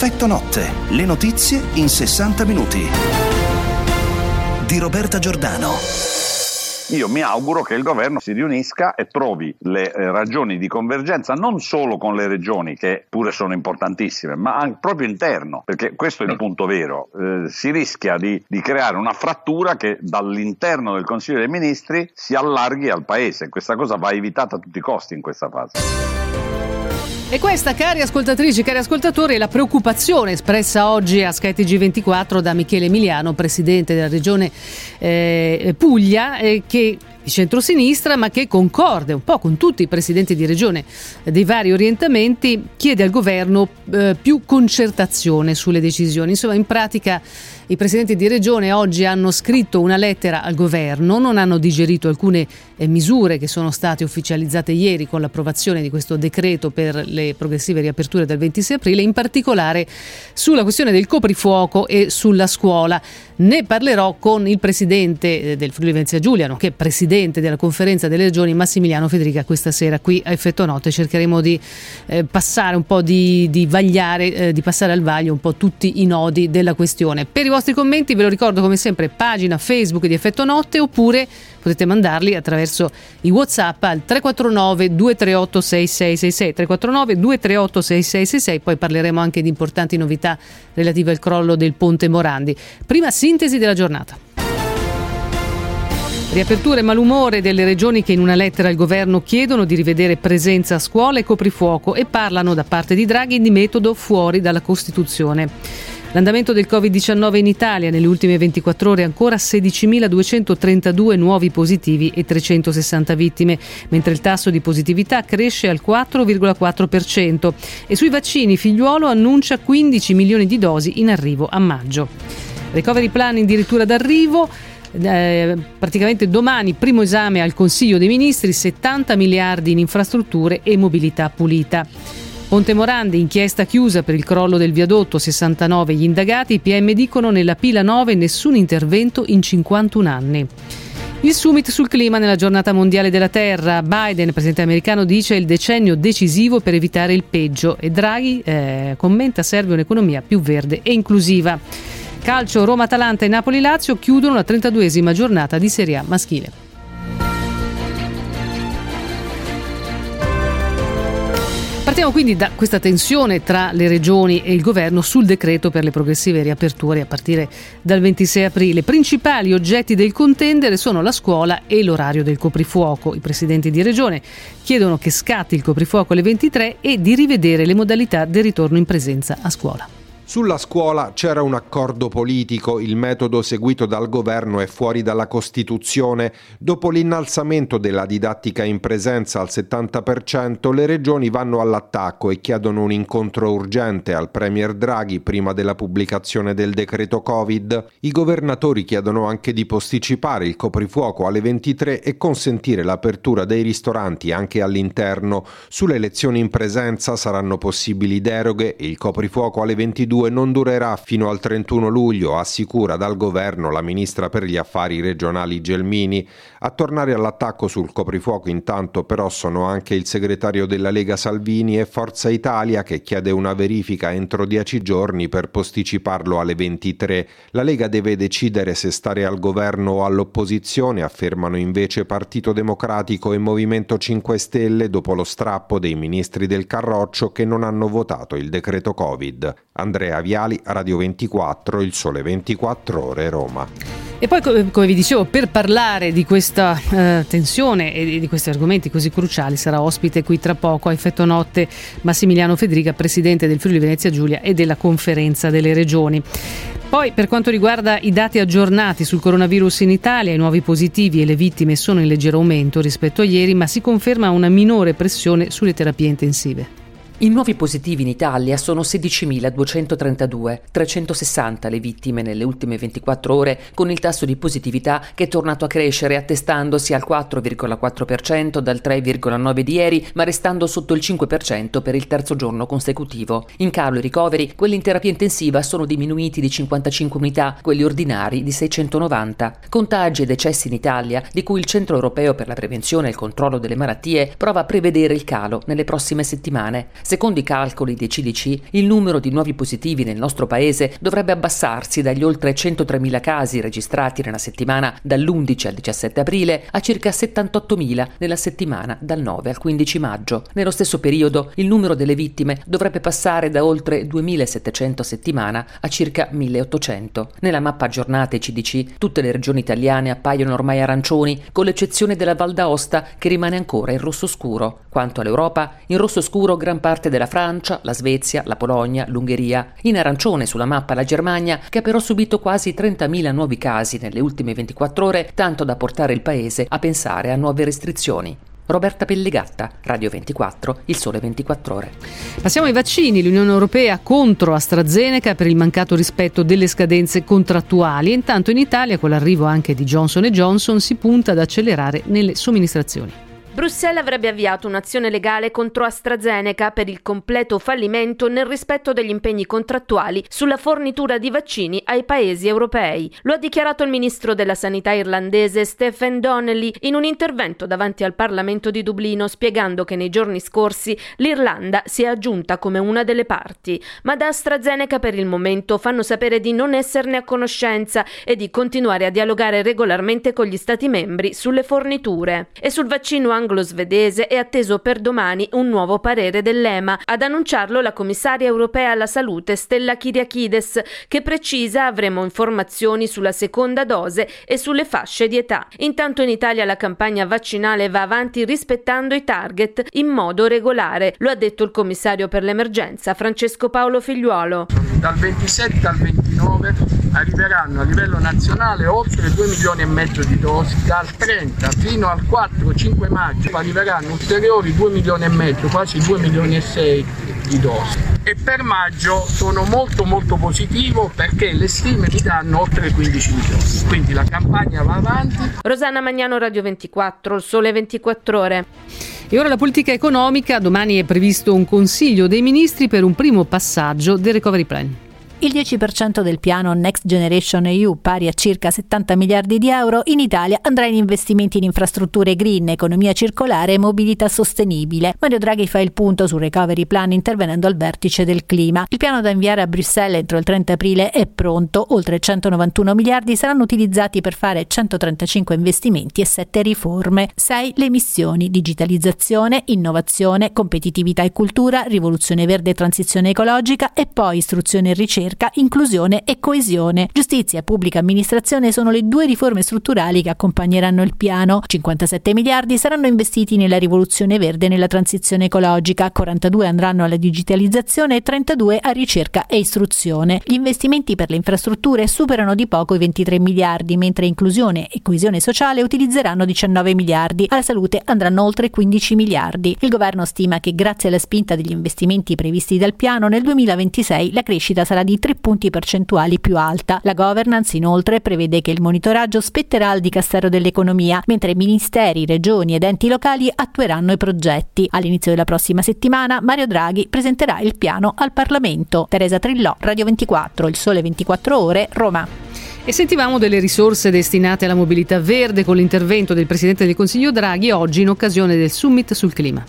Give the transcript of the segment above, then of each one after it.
Effetto Notte, le notizie in 60 minuti. Di Roberta Giordano. Io mi auguro che il governo si riunisca e trovi le ragioni di convergenza non solo con le regioni, che pure sono importantissime, ma anche proprio interno, perché questo è il punto vero. Si rischia di creare una frattura che dall'interno del Consiglio dei Ministri si allarghi al Paese. Questa cosa va evitata a tutti i costi in questa fase. E questa, cari ascoltatrici, cari ascoltatori, è la preoccupazione espressa oggi a Sky TG24 da Michele Emiliano, presidente della regione Puglia, che di centrosinistra, ma che concorde un po' con tutti i presidenti di regione dei vari orientamenti, chiede al governo più concertazione sulle decisioni. Insomma, in pratica i presidenti di regione oggi hanno scritto una lettera al governo, non hanno digerito alcune misure che sono state ufficializzate ieri con l'approvazione di questo decreto per le progressive riaperture del 26 aprile, in particolare sulla questione del coprifuoco e sulla scuola. Ne parlerò con il presidente del Friuli Venezia Giulia, nonché presidente della conferenza delle regioni, Massimiliano Federica, questa sera qui a Effetto Notte. Cercheremo di passare un po' di vagliare, di passare al vaglio un po' tutti i nodi della questione. Per i vostri commenti ve lo ricordo come sempre, pagina Facebook di Effetto Notte, oppure potete mandarli attraverso i WhatsApp al 349 238 6666, 349 238 6666. Poi parleremo anche di importanti novità relative al crollo del Ponte Morandi. Prima sintesi della giornata. Riaperture e malumore delle regioni che in una lettera al governo chiedono di rivedere presenza a scuola e coprifuoco e parlano da parte di Draghi di metodo fuori dalla Costituzione. L'andamento del Covid-19 in Italia: nelle ultime 24 ore ancora 16.232 nuovi positivi e 360 vittime, mentre il tasso di positività cresce al 4,4%. E sui vaccini Figliuolo annuncia 15 milioni di dosi in arrivo a maggio. Recovery plan addirittura d'arrivo. Praticamente domani primo esame al Consiglio dei Ministri, 70 miliardi in infrastrutture e mobilità pulita. Ponte Morandi, inchiesta chiusa per il crollo del viadotto, 69 gli indagati, i PM dicono nella pila 9 nessun intervento in 51 anni. Il summit sul clima nella giornata mondiale della terra. Biden, presidente americano, dice il decennio decisivo per evitare il peggio, e Draghi commenta serve un'economia più verde e inclusiva. Calcio, Roma-Atalanta e Napoli-Lazio chiudono la 32esima giornata di Serie A maschile. Partiamo quindi da questa tensione tra le regioni e il governo sul decreto per le progressive riaperture a partire dal 26 aprile. Principali oggetti del contendere sono la scuola e l'orario del coprifuoco. I presidenti di regione chiedono che scatti il coprifuoco alle 23 e di rivedere le modalità del ritorno in presenza a scuola. Sulla scuola c'era un accordo politico, il metodo seguito dal governo è fuori dalla Costituzione. Dopo l'innalzamento della didattica in presenza al 70%, le regioni vanno all'attacco e chiedono un incontro urgente al premier Draghi prima della pubblicazione del decreto Covid. I governatori chiedono anche di posticipare il coprifuoco alle 23 e consentire l'apertura dei ristoranti anche all'interno. Sulle lezioni in presenza saranno possibili deroghe e il coprifuoco alle 22 non durerà fino al 31 luglio, assicura dal governo la ministra per gli affari regionali Gelmini. A tornare all'attacco sul coprifuoco intanto però sono anche il segretario della Lega Salvini e Forza Italia, che chiede una verifica entro 10 giorni per posticiparlo alle 23. La Lega deve decidere se stare al governo o all'opposizione, affermano invece Partito Democratico e Movimento 5 Stelle dopo lo strappo dei ministri del Carroccio che non hanno votato il decreto Covid. Andrea Viali, Radio 24, Il Sole 24 Ore, Roma. E poi, come vi dicevo, per parlare di questa tensione e di questi argomenti così cruciali sarà ospite qui tra poco a Effetto Notte Massimiliano Federica, presidente del Friuli Venezia Giulia e della conferenza delle regioni. Poi, per quanto riguarda i dati aggiornati sul coronavirus in Italia, i nuovi positivi e le vittime sono in leggero aumento rispetto a ieri, ma si conferma una minore pressione sulle terapie intensive. I nuovi positivi in Italia sono 16.232, 360 le vittime nelle ultime 24 ore, con il tasso di positività che è tornato a crescere attestandosi al 4,4% dal 3,9% di ieri, ma restando sotto il 5% per il terzo giorno consecutivo. In calo i ricoveri, quelli in terapia intensiva sono diminuiti di 55 unità, quelli ordinari di 690. Contagi e decessi in Italia, di cui il Centro Europeo per la Prevenzione e il Controllo delle Malattie prova a prevedere il calo nelle prossime settimane. Secondo i calcoli dei CDC, il numero di nuovi positivi nel nostro paese dovrebbe abbassarsi dagli oltre 103.000 casi registrati nella settimana dall'11 al 17 aprile a circa 78.000 nella settimana dal 9 al 15 maggio. Nello stesso periodo il numero delle vittime dovrebbe passare da oltre 2.700 a settimana a circa 1.800. Nella mappa aggiornata CDC tutte le regioni italiane appaiono ormai arancioni, con l'eccezione della Val d'Aosta che rimane ancora in rosso scuro. Quanto all'Europa, in rosso scuro gran parte della Francia, la Svezia, la Polonia, l'Ungheria. In arancione sulla mappa la Germania, che ha però subito quasi 30.000 nuovi casi nelle ultime 24 ore, tanto da portare il paese a pensare a nuove restrizioni. Roberta Pellegatta, Radio 24, Il Sole 24 Ore. Passiamo ai vaccini. L'Unione Europea contro AstraZeneca per il mancato rispetto delle scadenze contrattuali. Intanto in Italia, con l'arrivo anche di Johnson & Johnson, si punta ad accelerare nelle somministrazioni. Bruxelles avrebbe avviato un'azione legale contro AstraZeneca per il completo fallimento nel rispetto degli impegni contrattuali sulla fornitura di vaccini ai paesi europei. Lo ha dichiarato il ministro della Sanità irlandese Stephen Donnelly in un intervento davanti al Parlamento di Dublino, spiegando che nei giorni scorsi l'Irlanda si è aggiunta come una delle parti, ma da AstraZeneca per il momento fanno sapere di non esserne a conoscenza e di continuare a dialogare regolarmente con gli Stati membri sulle forniture. E sul vaccino anglo-svedese è atteso per domani un nuovo parere dell'EMA. Ad annunciarlo la commissaria europea alla salute Stella Kyriakides, che precisa avremo informazioni sulla seconda dose e sulle fasce di età. Intanto in Italia la campagna vaccinale va avanti rispettando i target in modo regolare, lo ha detto il commissario per l'emergenza Francesco Paolo Figliuolo. Dal 27 al 29 arriveranno a livello nazionale oltre 2,5 milioni di dosi, dal 30 fino al 4-5 maggio arriveranno ulteriori 2,5 milioni, quasi 2,6 milioni di dosi. E per maggio sono molto positivo perché le stime mi danno oltre 15 milioni, quindi la campagna va avanti. Rosanna Magnano, Radio 24, Il Sole 24 Ore. E ora la politica economica. Domani è previsto un Consiglio dei Ministri per un primo passaggio del Recovery Plan. Il 10% del piano Next Generation EU, pari a circa 70 miliardi di euro, in Italia andrà in investimenti in infrastrutture green, economia circolare e mobilità sostenibile. Mario Draghi fa il punto sul Recovery Plan intervenendo al vertice del clima. Il piano da inviare a Bruxelles entro il 30 aprile è pronto. Oltre 191 miliardi saranno utilizzati per fare 135 investimenti e 7 riforme. 6 le missioni: digitalizzazione, innovazione, competitività e cultura, rivoluzione verde e transizione ecologica, e poi istruzione e ricerca, inclusione e coesione. Giustizia e pubblica amministrazione sono le 2 riforme strutturali che accompagneranno il piano. 57 miliardi saranno investiti nella rivoluzione verde e nella transizione ecologica, 42 andranno alla digitalizzazione e 32 a ricerca e istruzione. Gli investimenti per le infrastrutture superano di poco i 23 miliardi, mentre inclusione e coesione sociale utilizzeranno 19 miliardi. Alla salute andranno oltre 15 miliardi. Il governo stima che grazie alla spinta degli investimenti previsti dal piano nel 2026 la crescita sarà di 3 punti percentuali più alta. La governance inoltre prevede che il monitoraggio spetterà al Dicastero dell'Economia, mentre ministeri, regioni ed enti locali attueranno i progetti. All'inizio della prossima settimana Mario Draghi presenterà il piano al Parlamento. Teresa Trillò, Radio 24, Il Sole 24 Ore, Roma. E sentivamo delle risorse destinate alla mobilità verde con l'intervento del Presidente del Consiglio Draghi oggi in occasione del Summit sul clima.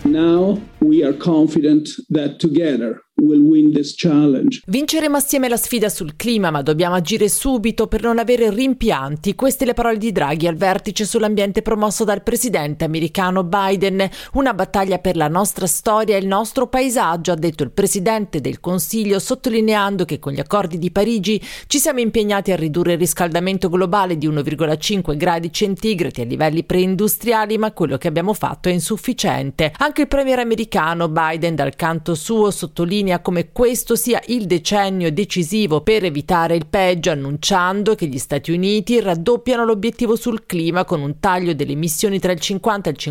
Now we are confident that together will win this challenge. Vinceremo assieme la sfida sul clima, ma dobbiamo agire subito per non avere rimpianti. Queste le parole di Draghi al vertice sull'ambiente promosso dal presidente americano Biden. Una battaglia per la nostra storia e il nostro paesaggio, ha detto il presidente del Consiglio, sottolineando che con gli accordi di Parigi ci siamo impegnati a ridurre il riscaldamento globale di 1,5 gradi centigradi a livelli preindustriali, ma quello che abbiamo fatto è insufficiente. Anche il premier americano Biden, dal canto suo, sottolinea come questo sia il decennio decisivo per evitare il peggio, annunciando che gli Stati Uniti raddoppiano l'obiettivo sul clima con un taglio delle emissioni tra il 50 e il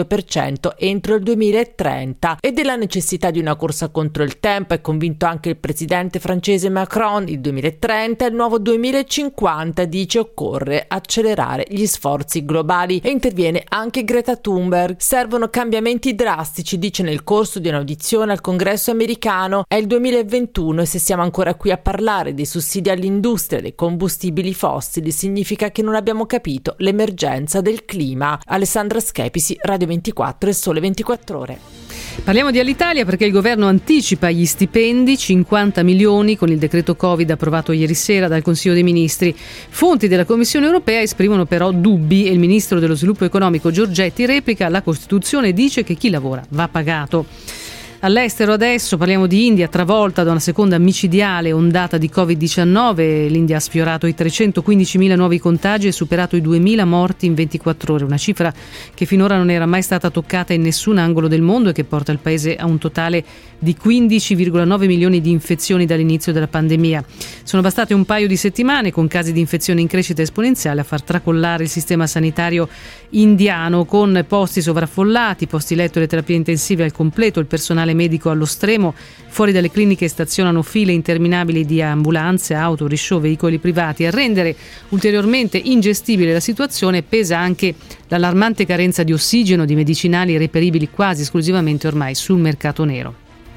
52% entro il 2030 e della necessità di una corsa contro il tempo. È convinto anche il presidente francese Macron. Il 2030 è il nuovo 2050, dice occorre accelerare gli sforzi globali, e interviene anche Greta Thunberg. Servono cambiamenti drastici, dice nel corso di un'audizione al Congresso americano. È il 2021 e se siamo ancora qui a parlare dei sussidi all'industria dei combustibili fossili significa che non abbiamo capito l'emergenza del clima. Alessandra Schepisi, Radio 24 e Sole 24 Ore. Parliamo di Alitalia perché il governo anticipa gli stipendi, 50 milioni con il decreto Covid approvato ieri sera dal Consiglio dei Ministri. Fonti della Commissione europea esprimono però dubbi e il ministro dello sviluppo economico Giorgetti replica: la Costituzione dice che chi lavora va pagato. All'estero adesso parliamo di India, travolta da una seconda micidiale ondata di Covid-19. L'India ha sfiorato i 315.000 nuovi contagi e superato i 2.000 morti in 24 ore, una cifra che finora non era mai stata toccata in nessun angolo del mondo e che porta il paese a un totale di 15,9 milioni di infezioni dall'inizio della pandemia. Sono bastate un paio di settimane con casi di infezione in crescita esponenziale a far tracollare il sistema sanitario indiano, con posti sovraffollati, posti letto e le terapie intensive al completo, il personale medico allo stremo. Fuori dalle cliniche stazionano file interminabili di ambulanze, auto, risciò, veicoli privati. A rendere ulteriormente ingestibile la situazione pesa anche l'allarmante carenza di ossigeno, di medicinali reperibili quasi esclusivamente ormai sul mercato nero.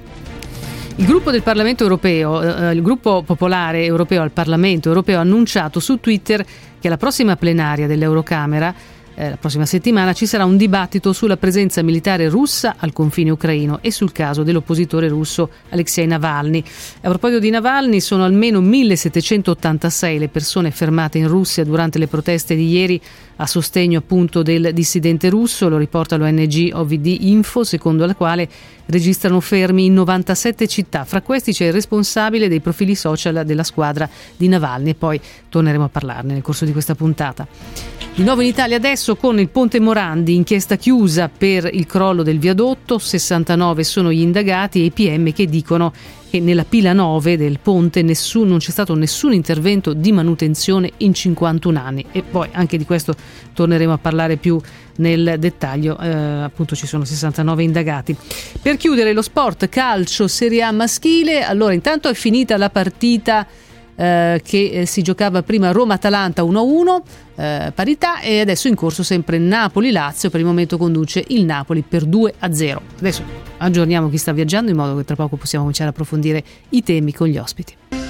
Il gruppo del Parlamento europeo, il gruppo popolare europeo al Parlamento europeo ha annunciato su Twitter che alla prossima plenaria dell'Eurocamera la prossima settimana ci sarà un dibattito sulla presenza militare russa al confine ucraino e sul caso dell'oppositore russo Alexei Navalny. A proposito di Navalny, sono almeno 1786 le persone fermate in Russia durante le proteste di ieri a sostegno appunto del dissidente russo, lo riporta l'ONG OVD Info, secondo la quale registrano fermi in 97 città. Fra questi c'è il responsabile dei profili social della squadra di Navalny e poi torneremo a parlarne nel corso di questa puntata. Di nuovo in Italia adesso con il Ponte Morandi, inchiesta chiusa per il crollo del viadotto, 69 sono gli indagati e i PM che dicono che nella pila 9 del ponte non c'è stato nessun intervento di manutenzione in 51 anni e poi anche di questo torneremo a parlare più nel dettaglio, appunto ci sono 69 indagati. Per chiudere lo sport, calcio Serie A maschile, allora intanto è finita la partita che si giocava prima Roma-Atalanta 1-1, parità, e adesso in corso sempre Napoli-Lazio. Per il momento conduce il Napoli per 2-0. Adesso aggiorniamo chi sta viaggiando in modo che tra poco possiamo cominciare a approfondire i temi con gli ospiti.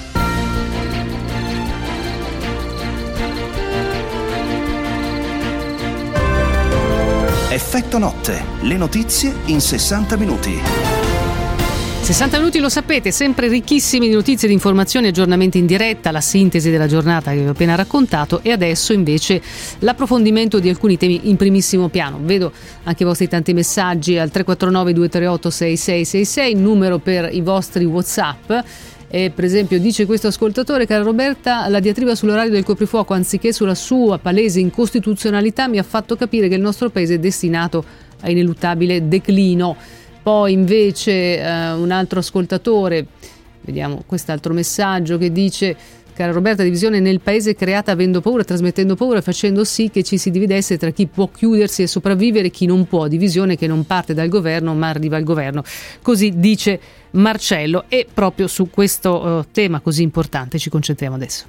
Effetto notte, le notizie in 60 minuti. 60 minuti, lo sapete, sempre ricchissimi di notizie, di informazioni, aggiornamenti in diretta, la sintesi della giornata che vi ho appena raccontato e adesso invece l'approfondimento di alcuni temi in primissimo piano. Vedo anche i vostri tanti messaggi al 349 238 6666, numero per i vostri WhatsApp. E per esempio dice questo ascoltatore: cara Roberta, la diatriba sull'orario del coprifuoco anziché sulla sua palese incostituzionalità mi ha fatto capire che il nostro paese è destinato a ineluttabile declino. Poi invece un altro ascoltatore, vediamo quest'altro messaggio che dice: cara Roberta, divisione nel paese creata avendo paura, trasmettendo paura e facendo sì che ci si dividesse tra chi può chiudersi e sopravvivere e chi non può, divisione che non parte dal governo ma arriva al governo. Così dice Marcello, e proprio su questo tema così importante ci concentriamo adesso.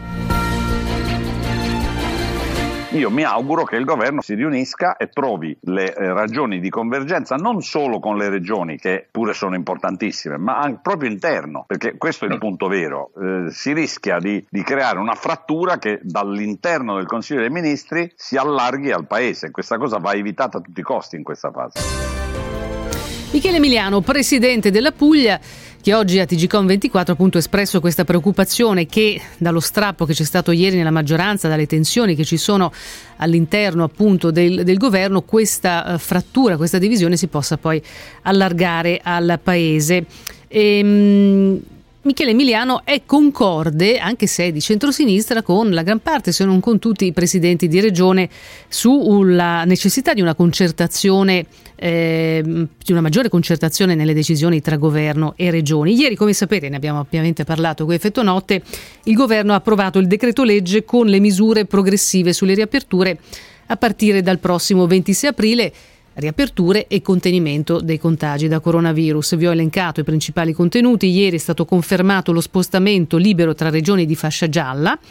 Io mi auguro che il governo si riunisca e trovi le ragioni di convergenza non solo con le regioni, che pure sono importantissime, ma anche proprio interno, perché questo è il punto vero. Si rischia di creare una frattura che dall'interno del Consiglio dei Ministri si allarghi al Paese. Questa cosa va evitata a tutti i costi in questa fase. Michele Emiliano, presidente della Puglia, che oggi a TGcom24 appunto ha espresso questa preoccupazione che dallo strappo che c'è stato ieri nella maggioranza, dalle tensioni che ci sono all'interno appunto del governo, questa frattura, questa divisione si possa poi allargare al Paese. Michele Emiliano è concorde, anche se è di centrosinistra, con la gran parte, se non con tutti i presidenti di regione, sulla necessità di una concertazione, di una maggiore concertazione nelle decisioni tra governo e regioni. Ieri, come sapete, ne abbiamo ovviamente parlato con Effetto Notte, il governo ha approvato il decreto legge con le misure progressive sulle riaperture a partire dal prossimo 26 aprile. Riaperture e contenimento dei contagi da coronavirus. Vi ho elencato i principali contenuti. Ieri è stato confermato lo spostamento libero tra regioni di fascia gialla.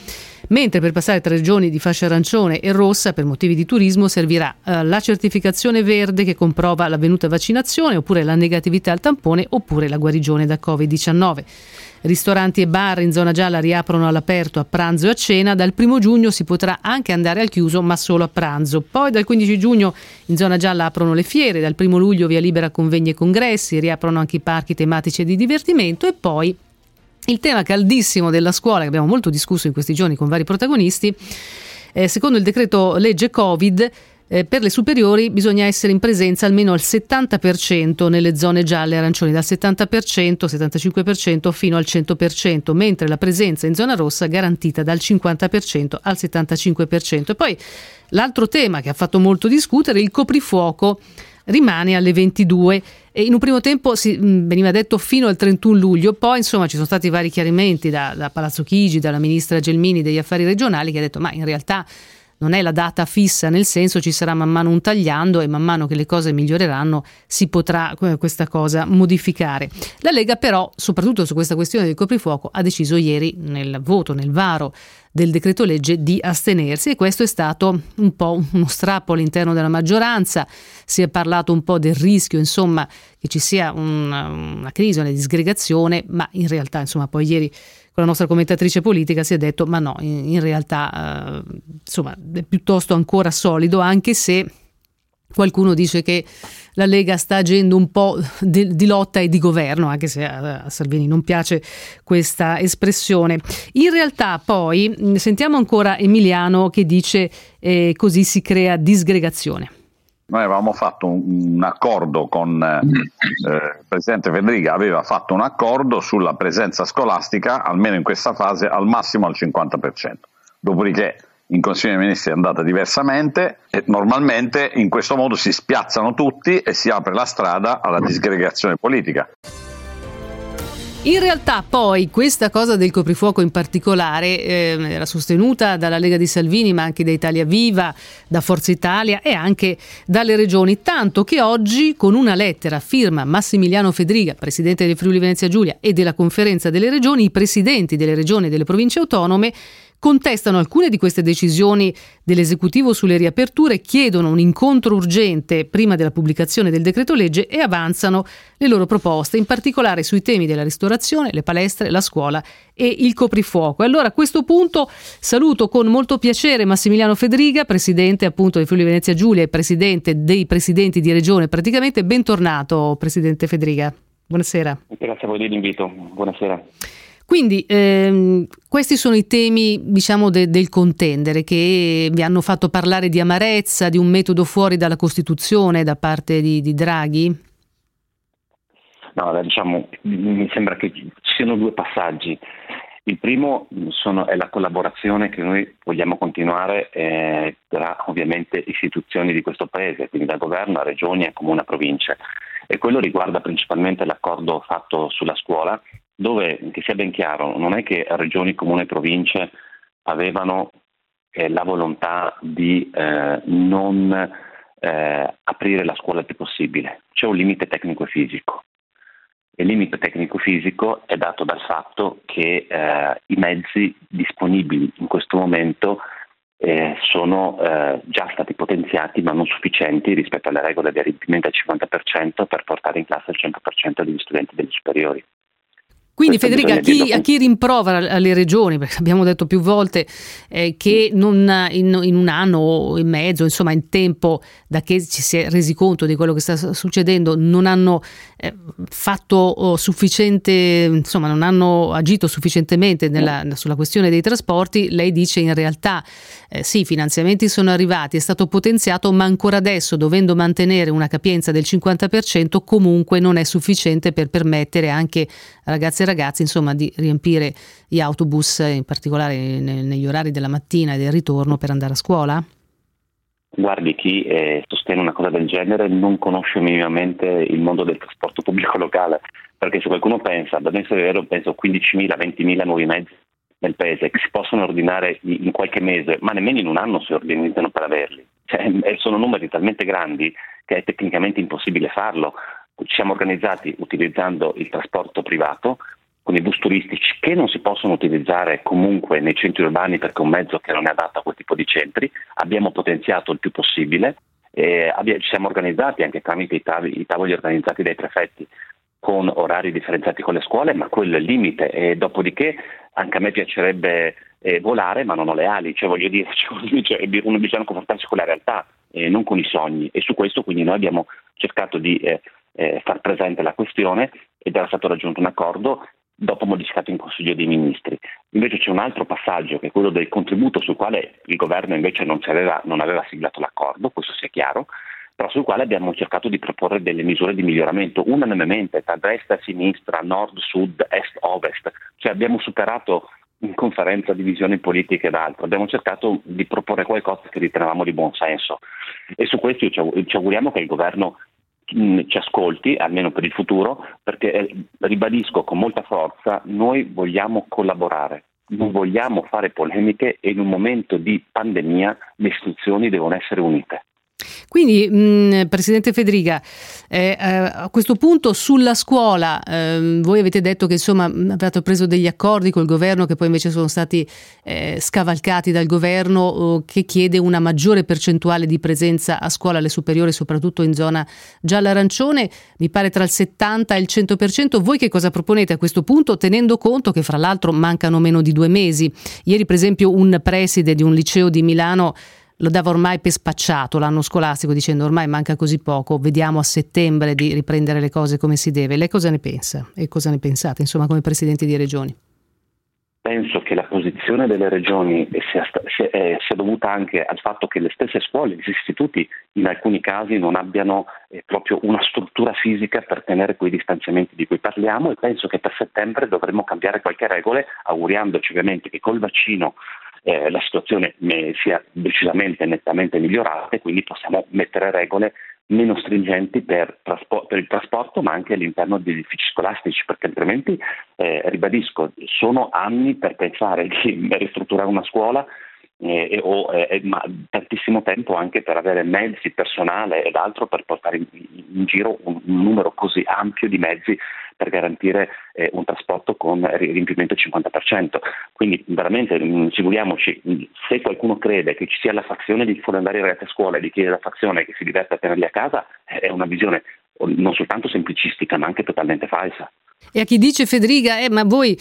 mentre per passare tra regioni di fascia arancione e rossa per motivi di turismo servirà la certificazione verde che comprova l'avvenuta vaccinazione, oppure la negatività al tampone, oppure la guarigione da Covid-19. Ristoranti e bar in zona gialla riaprono all'aperto a pranzo e a cena. Dal 1 giugno si potrà anche andare al chiuso, ma solo a pranzo. Poi dal 15 giugno in zona gialla aprono le fiere, dal 1 luglio via libera convegni e congressi, riaprono anche i parchi tematici e di divertimento, e poi il tema caldissimo della scuola, che abbiamo molto discusso in questi giorni con vari protagonisti. Secondo il decreto legge Covid, per le superiori bisogna essere in presenza almeno al 70% nelle zone gialle e arancioni, dal 70%, 75% fino al 100%, mentre la presenza in zona rossa è garantita dal 50% al 75%. E poi l'altro tema che ha fatto molto discutere, il coprifuoco rimane alle 22 e in un primo tempo veniva detto fino al 31 luglio, poi insomma ci sono stati vari chiarimenti da Palazzo Chigi, dalla ministra Gelmini degli affari regionali, che ha detto ma in realtà non è la data fissa, nel senso ci sarà man mano un tagliando e man mano che le cose miglioreranno si potrà questa cosa modificare. La Lega però, soprattutto su questa questione del coprifuoco, ha deciso ieri nel voto, nel varo del decreto legge, di astenersi, e questo è stato un po' uno strappo all'interno della maggioranza. Si è parlato un po' del rischio, insomma, che ci sia una crisi, una disgregazione, ma in realtà, insomma, poi ieri con la nostra commentatrice politica si è detto ma no, in realtà insomma è piuttosto ancora solido, anche se qualcuno dice che la Lega sta agendo un po' di lotta e di governo, anche se a Salvini non piace questa espressione. In realtà poi sentiamo ancora Emiliano che dice così si crea disgregazione. Noi avevamo fatto un accordo con il Presidente Federica, aveva fatto un accordo sulla presenza scolastica, almeno in questa fase, al massimo al 50%. Dopodiché in Consiglio dei Ministri è andata diversamente e normalmente in questo modo si spiazzano tutti e si apre la strada alla disgregazione politica. In realtà poi questa cosa del coprifuoco in particolare era sostenuta dalla Lega di Salvini, ma anche da Italia Viva, da Forza Italia e anche dalle regioni, tanto che oggi con una lettera a firma Massimiliano Fedriga, presidente del Friuli Venezia Giulia, e della Conferenza delle Regioni, i presidenti delle regioni e delle province autonome contestano alcune di queste decisioni dell'esecutivo sulle riaperture, chiedono un incontro urgente prima della pubblicazione del decreto legge e avanzano le loro proposte, in particolare sui temi della ristorazione, le palestre, la scuola e il coprifuoco. E allora a questo punto saluto con molto piacere Massimiliano Fedriga, presidente appunto del Friuli Venezia Giulia e presidente dei presidenti di regione. Praticamente bentornato, presidente Fedriga. Buonasera. Grazie a voi dell'invito. Buonasera. Quindi questi sono i temi, diciamo, del contendere, che vi hanno fatto parlare di amarezza, di un metodo fuori dalla Costituzione da parte di Draghi? No, diciamo, mi sembra che ci siano due passaggi. Il primo è la collaborazione che noi vogliamo continuare tra ovviamente istituzioni di questo Paese, quindi da governo a regioni, a comune, a province. E quello riguarda principalmente l'accordo fatto sulla scuola, dove, che sia ben chiaro, non è che regioni, comune e province avevano la volontà di non aprire la scuola il più possibile. C'è un limite tecnico e fisico. Il limite tecnico-fisico è dato dal fatto che i mezzi disponibili in questo momento sono già stati potenziati, ma non sufficienti rispetto alle regole di adempimento al 50% per portare in classe il 100% degli studenti degli superiori. Quindi Federica, a chi rimprovera alle regioni, perché abbiamo detto più volte che non in un anno e mezzo, insomma in tempo da che ci si è resi conto di quello che sta succedendo, non hanno fatto sufficiente, insomma non hanno agito sufficientemente sulla questione dei trasporti. Lei dice in realtà sì, i finanziamenti sono arrivati, è stato potenziato, ma ancora adesso, dovendo mantenere una capienza del 50%, comunque non è sufficiente per permettere anche a ragazze e ragazzi, insomma, di riempire gli autobus, in particolare negli orari della mattina e del ritorno per andare a scuola? Guardi, chi sostiene una cosa del genere non conosce minimamente il mondo del trasporto pubblico locale, perché se qualcuno pensa, da essere vero, penso 15.000, 20.000 nuovi mezzi nel paese che si possono ordinare in qualche mese, ma nemmeno in un anno si organizzano per averli. Sono numeri talmente grandi che è tecnicamente impossibile farlo. Ci siamo organizzati utilizzando il trasporto privato con i bus turistici che non si possono utilizzare comunque nei centri urbani perché è un mezzo che non è adatto a quel tipo di centri. Abbiamo potenziato il più possibile, ci siamo organizzati anche tramite i tavoli organizzati dai prefetti con orari differenziati con le scuole, ma quello è il limite. E dopodiché anche a me piacerebbe volare, ma non ho le ali, cioè voglio dire, uno bisogna confrontarsi con la realtà, non con i sogni, e su questo quindi noi abbiamo cercato di far presente la questione ed era stato raggiunto un accordo dopo modificato in Consiglio dei Ministri. Invece c'è un altro passaggio che è quello del contributo sul quale il governo invece non aveva siglato l'accordo, questo sia chiaro, però sul quale abbiamo cercato di proporre delle misure di miglioramento unanimemente tra destra e sinistra, nord, sud, est, ovest, cioè abbiamo superato in conferenza di visioni politiche ed altro, abbiamo cercato di proporre qualcosa che ritenevamo di buon senso e su questo ci auguriamo che il governo ci ascolti, almeno per il futuro, perché ribadisco con molta forza, noi vogliamo collaborare, non vogliamo fare polemiche e in un momento di pandemia le istituzioni devono essere unite. Quindi, Presidente Fedriga, a questo punto sulla scuola, voi avete detto che insomma avete preso degli accordi col governo che poi invece sono stati scavalcati dal governo che chiede una maggiore percentuale di presenza a scuola alle superiori, soprattutto in zona gialla-arancione, mi pare tra il 70 e il 100%. Voi che cosa proponete a questo punto, tenendo conto che fra l'altro mancano meno di 2 mesi? Ieri per esempio un preside di un liceo di Milano lo dava ormai per spacciato l'anno scolastico, dicendo ormai manca così poco, vediamo a settembre di riprendere le cose come si deve. Lei cosa ne pensa e cosa ne pensate, insomma, come presidenti di regioni? Penso che la posizione delle regioni sia dovuta anche al fatto che le stesse scuole, gli istituti in alcuni casi non abbiano proprio una struttura fisica per tenere quei distanziamenti di cui parliamo, e penso che per settembre dovremmo cambiare qualche regole, auguriandoci ovviamente che col vaccino la situazione sia decisamente nettamente migliorata e quindi possiamo mettere regole meno stringenti per il trasporto, ma anche all'interno degli edifici scolastici, perché altrimenti, ribadisco, sono anni per pensare di ristrutturare una scuola ma tantissimo tempo anche per avere mezzi, personale ed altro per portare in giro un numero così ampio di mezzi per garantire un trasporto con riempimento 50%. Quindi veramente figuriamoci, se qualcuno crede che ci sia la fazione di far andare i ragazzi a scuola e di chiedere la fazione che si diverte a tenerli a casa, è una visione non soltanto semplicistica ma anche totalmente falsa. E a chi dice Fedriga, ma voi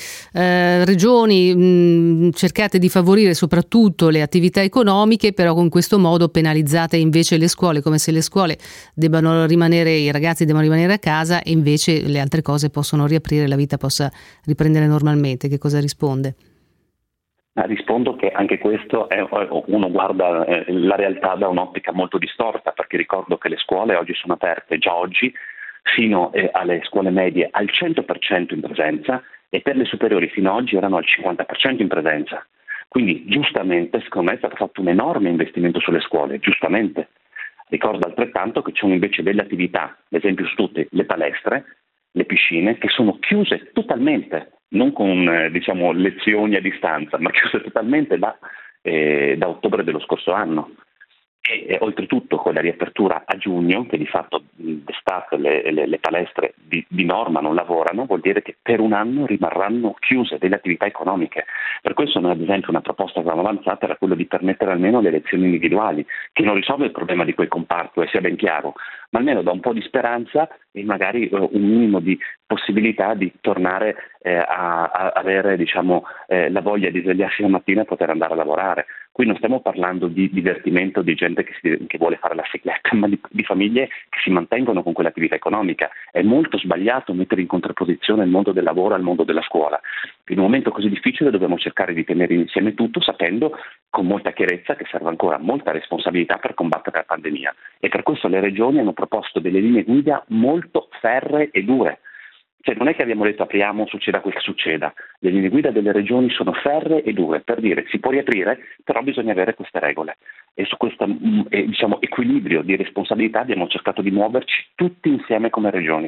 regioni cercate di favorire soprattutto le attività economiche, però con questo modo penalizzate invece le scuole, come se le scuole debbano rimanere, i ragazzi debbano rimanere a casa e invece le altre cose possono riaprire, la vita possa riprendere normalmente. Che cosa risponde? Rispondo che anche questo uno guarda la realtà da un'ottica molto distorta, perché ricordo che le scuole oggi sono aperte già oggi fino alle scuole medie al 100% in presenza e per le superiori fino ad oggi erano al 50% in presenza. Quindi giustamente secondo me è stato fatto un enorme investimento sulle scuole, giustamente. Ricordo altrettanto che ci sono invece delle attività, ad esempio su tutte le palestre, le piscine, che sono chiuse totalmente, non con lezioni a distanza, ma chiuse totalmente da ottobre dello scorso anno. E oltretutto con la riapertura a giugno, che di fatto d'estate le palestre di norma non lavorano, vuol dire che per un anno rimarranno chiuse delle attività economiche. Per questo noi ad esempio una proposta che avevamo avanzata era quella di permettere almeno le lezioni individuali, che non risolve il problema di quel comparto, sia ben chiaro, ma almeno dà un po' di speranza e magari un minimo di possibilità di tornare a avere la voglia di svegliarsi la mattina e poter andare a lavorare. Qui non stiamo parlando di divertimento di gente che vuole fare la cicletta, ma di famiglie che si mantengono con quell'attività economica. È molto sbagliato mettere in contrapposizione il mondo del lavoro al mondo della scuola. In un momento così difficile dobbiamo cercare di tenere insieme tutto, sapendo con molta chiarezza che serve ancora molta responsabilità per combattere la pandemia. E per questo le regioni hanno proposto delle linee guida molto ferree e dure. Cioè non è che abbiamo detto apriamo, succeda quel che succeda. Le linee guida delle regioni sono ferree e dure per dire si può riaprire, però bisogna avere queste regole. E su questo equilibrio di responsabilità abbiamo cercato di muoverci tutti insieme come regioni.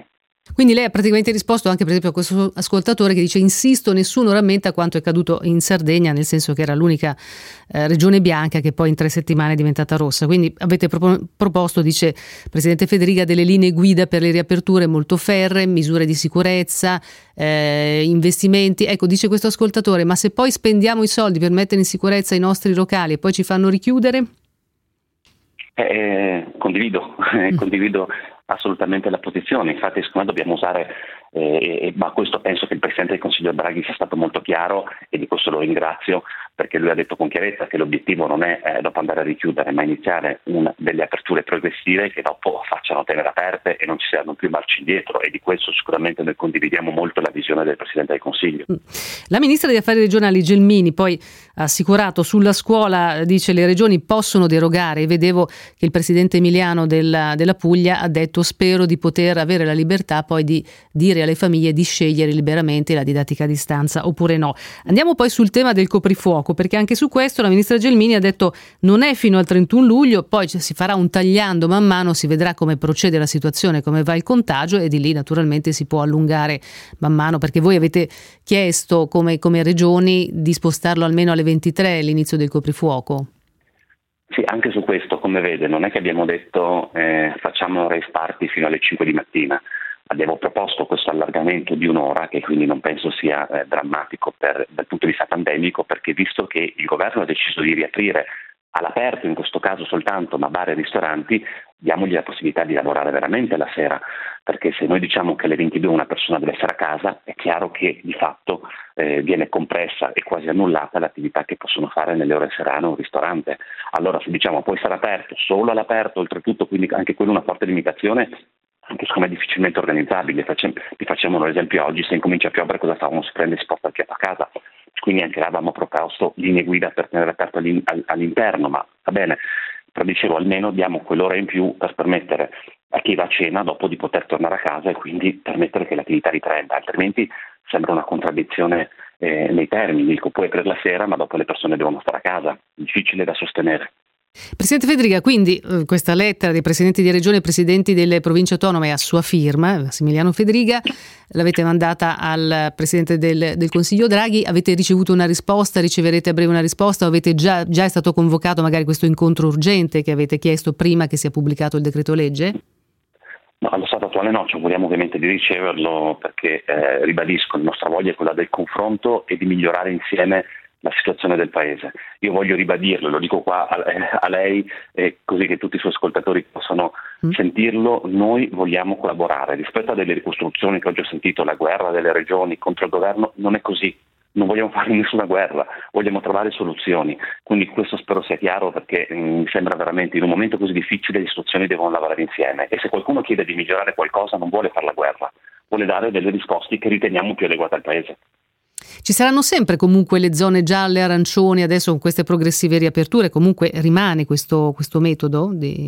Quindi lei ha praticamente risposto anche per esempio a questo ascoltatore che dice: insisto, nessuno rammenta quanto è accaduto in Sardegna, nel senso che era l'unica regione bianca che poi in 3 settimane è diventata rossa. Quindi avete proposto, dice Presidente Federica, delle linee guida per le riaperture molto ferree, misure di sicurezza, investimenti. Ecco, dice questo ascoltatore, ma se poi spendiamo i soldi per mettere in sicurezza i nostri locali e poi ci fanno richiudere? Condivido assolutamente la posizione. Infatti secondo me dobbiamo usare, ma questo penso che il Presidente del Consiglio Draghi sia stato molto chiaro, e di questo lo ringrazio, perché lui ha detto con chiarezza che l'obiettivo non è dopo andare a richiudere, ma iniziare delle aperture progressive che dopo facciano tenere aperte e non ci siano più marce indietro, e di questo sicuramente noi condividiamo molto la visione del Presidente del Consiglio. La Ministra degli Affari Regionali Gelmini poi ha assicurato sulla scuola, dice le regioni possono derogare. Vedevo che il Presidente Emiliano della Puglia ha detto: spero di poter avere la libertà poi di dire alle famiglie di scegliere liberamente la didattica a distanza oppure no. Andiamo poi sul tema del coprifuoco, perché anche su questo la Ministra Gelmini ha detto non è fino al 31 luglio, poi si farà un tagliando man mano, si vedrà come procede la situazione, come va il contagio, e di lì naturalmente si può allungare man mano, perché voi avete chiesto come regioni di spostarlo almeno alle 23 l'inizio del coprifuoco. Sì, anche su questo, come vede, non è che abbiamo detto facciamo race party fino alle 5 di mattina. Abbiamo proposto questo allargamento di un'ora, che quindi non penso sia drammatico dal punto di vista pandemico, perché visto che il governo ha deciso di riaprire all'aperto, in questo caso soltanto, ma bar e ristoranti, diamogli la possibilità di lavorare veramente la sera, perché se noi diciamo che alle 22 una persona deve essere a casa, è chiaro che di fatto viene compressa e quasi annullata l'attività che possono fare nelle ore serali un ristorante. Allora se diciamo può essere aperto solo all'aperto, oltretutto, quindi anche quella una forte limitazione, anche secondo me difficilmente organizzabile. Vi facciamo un esempio: oggi se incomincia a piovere cosa fa? Uno si prende e si porta il piatto a casa, quindi anche là avevamo proposto linee guida per tenere aperto all'interno, ma va bene, però dicevo almeno diamo quell'ora in più per permettere a chi va a cena dopo di poter tornare a casa e quindi permettere che l'attività riprenda, altrimenti sembra una contraddizione nei termini. Dico puoi aprire la sera ma dopo le persone devono stare a casa, difficile da sostenere. Presidente Federica, quindi questa lettera dei presidenti di regione e presidenti delle province autonome a sua firma, Massimiliano Federica, l'avete mandata al Presidente del Consiglio Draghi. Avete ricevuto una risposta? Riceverete a breve una risposta? O avete già è stato convocato magari questo incontro urgente che avete chiesto prima che sia pubblicato il decreto legge? No, allo stato attuale no, ci auguriamo ovviamente di riceverlo, perché ribadisco, la nostra voglia è quella del confronto e di migliorare insieme la situazione del Paese. Io voglio ribadirlo, lo dico qua a lei, così che tutti i suoi ascoltatori possano sentirlo. Noi vogliamo collaborare rispetto a delle ricostruzioni che oggi ho sentito, la guerra delle regioni contro il governo. Non è così, non vogliamo fare nessuna guerra, vogliamo trovare soluzioni. Quindi questo spero sia chiaro, perché mi sembra veramente in un momento così difficile le istituzioni devono lavorare insieme, e se qualcuno chiede di migliorare qualcosa non vuole fare la guerra, vuole dare delle risposte che riteniamo più adeguate al Paese. Ci saranno sempre comunque le zone gialle, arancioni, adesso con queste progressive riaperture comunque rimane questo metodo?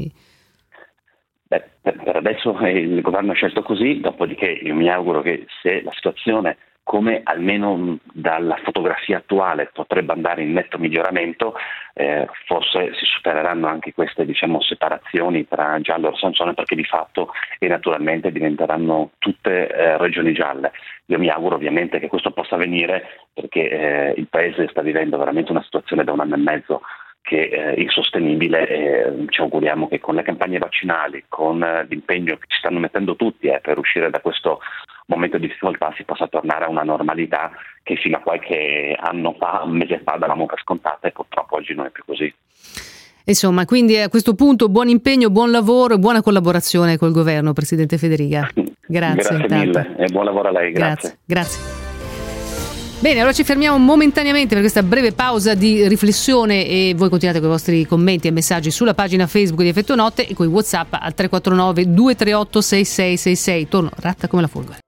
Per adesso il governo ha scelto così, dopodiché io mi auguro che se la situazione, come almeno dalla fotografia attuale potrebbe andare in netto miglioramento, forse si supereranno anche queste separazioni tra giallo e arancione, perché di fatto e naturalmente diventeranno tutte regioni gialle. Io mi auguro ovviamente che questo possa avvenire, perché il Paese sta vivendo veramente una situazione da 1 anno e mezzo che è insostenibile. Ci auguriamo che con le campagne vaccinali, con l'impegno che ci stanno mettendo tutti per uscire da questo momento di difficoltà, si possa tornare a una normalità che fino a qualche anno fa, un mese fa, davamo per scontata, e purtroppo oggi non è più così. Insomma, quindi a questo punto buon impegno, buon lavoro e buona collaborazione col governo, Presidente Federica. Grazie mille e buon lavoro a lei. Grazie. Bene, allora ci fermiamo momentaneamente per questa breve pausa di riflessione, e voi continuate con i vostri commenti e messaggi sulla pagina Facebook di Effetto Notte e con i WhatsApp al 349 238 6666. Torno ratta come la folgore.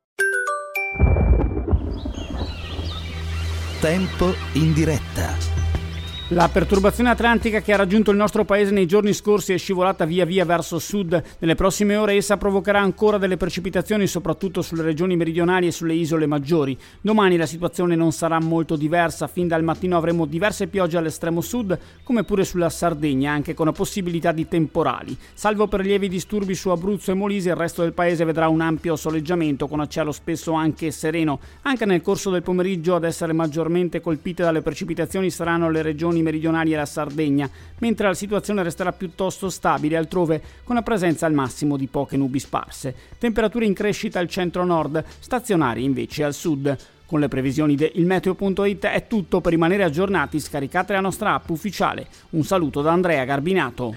Tempo in diretta. La perturbazione atlantica che ha raggiunto il nostro paese nei giorni scorsi è scivolata via via verso sud. Nelle prossime ore essa provocherà ancora delle precipitazioni, soprattutto sulle regioni meridionali e sulle isole maggiori. Domani la situazione non sarà molto diversa. Fin dal mattino avremo diverse piogge all'estremo sud, come pure sulla Sardegna, anche con la possibilità di temporali. Salvo per lievi disturbi su Abruzzo e Molise, il resto del paese vedrà un ampio soleggiamento con cielo spesso anche sereno. Anche nel corso del pomeriggio ad essere maggiormente colpite dalle precipitazioni saranno le regioni meridionali e la Sardegna, mentre la situazione resterà piuttosto stabile altrove, con la presenza al massimo di poche nubi sparse. Temperature in crescita al centro-nord, stazionarie invece al sud. Con le previsioni di ilmeteo.it è tutto. Per rimanere aggiornati scaricate la nostra app ufficiale. Un saluto da Andrea Garbinato.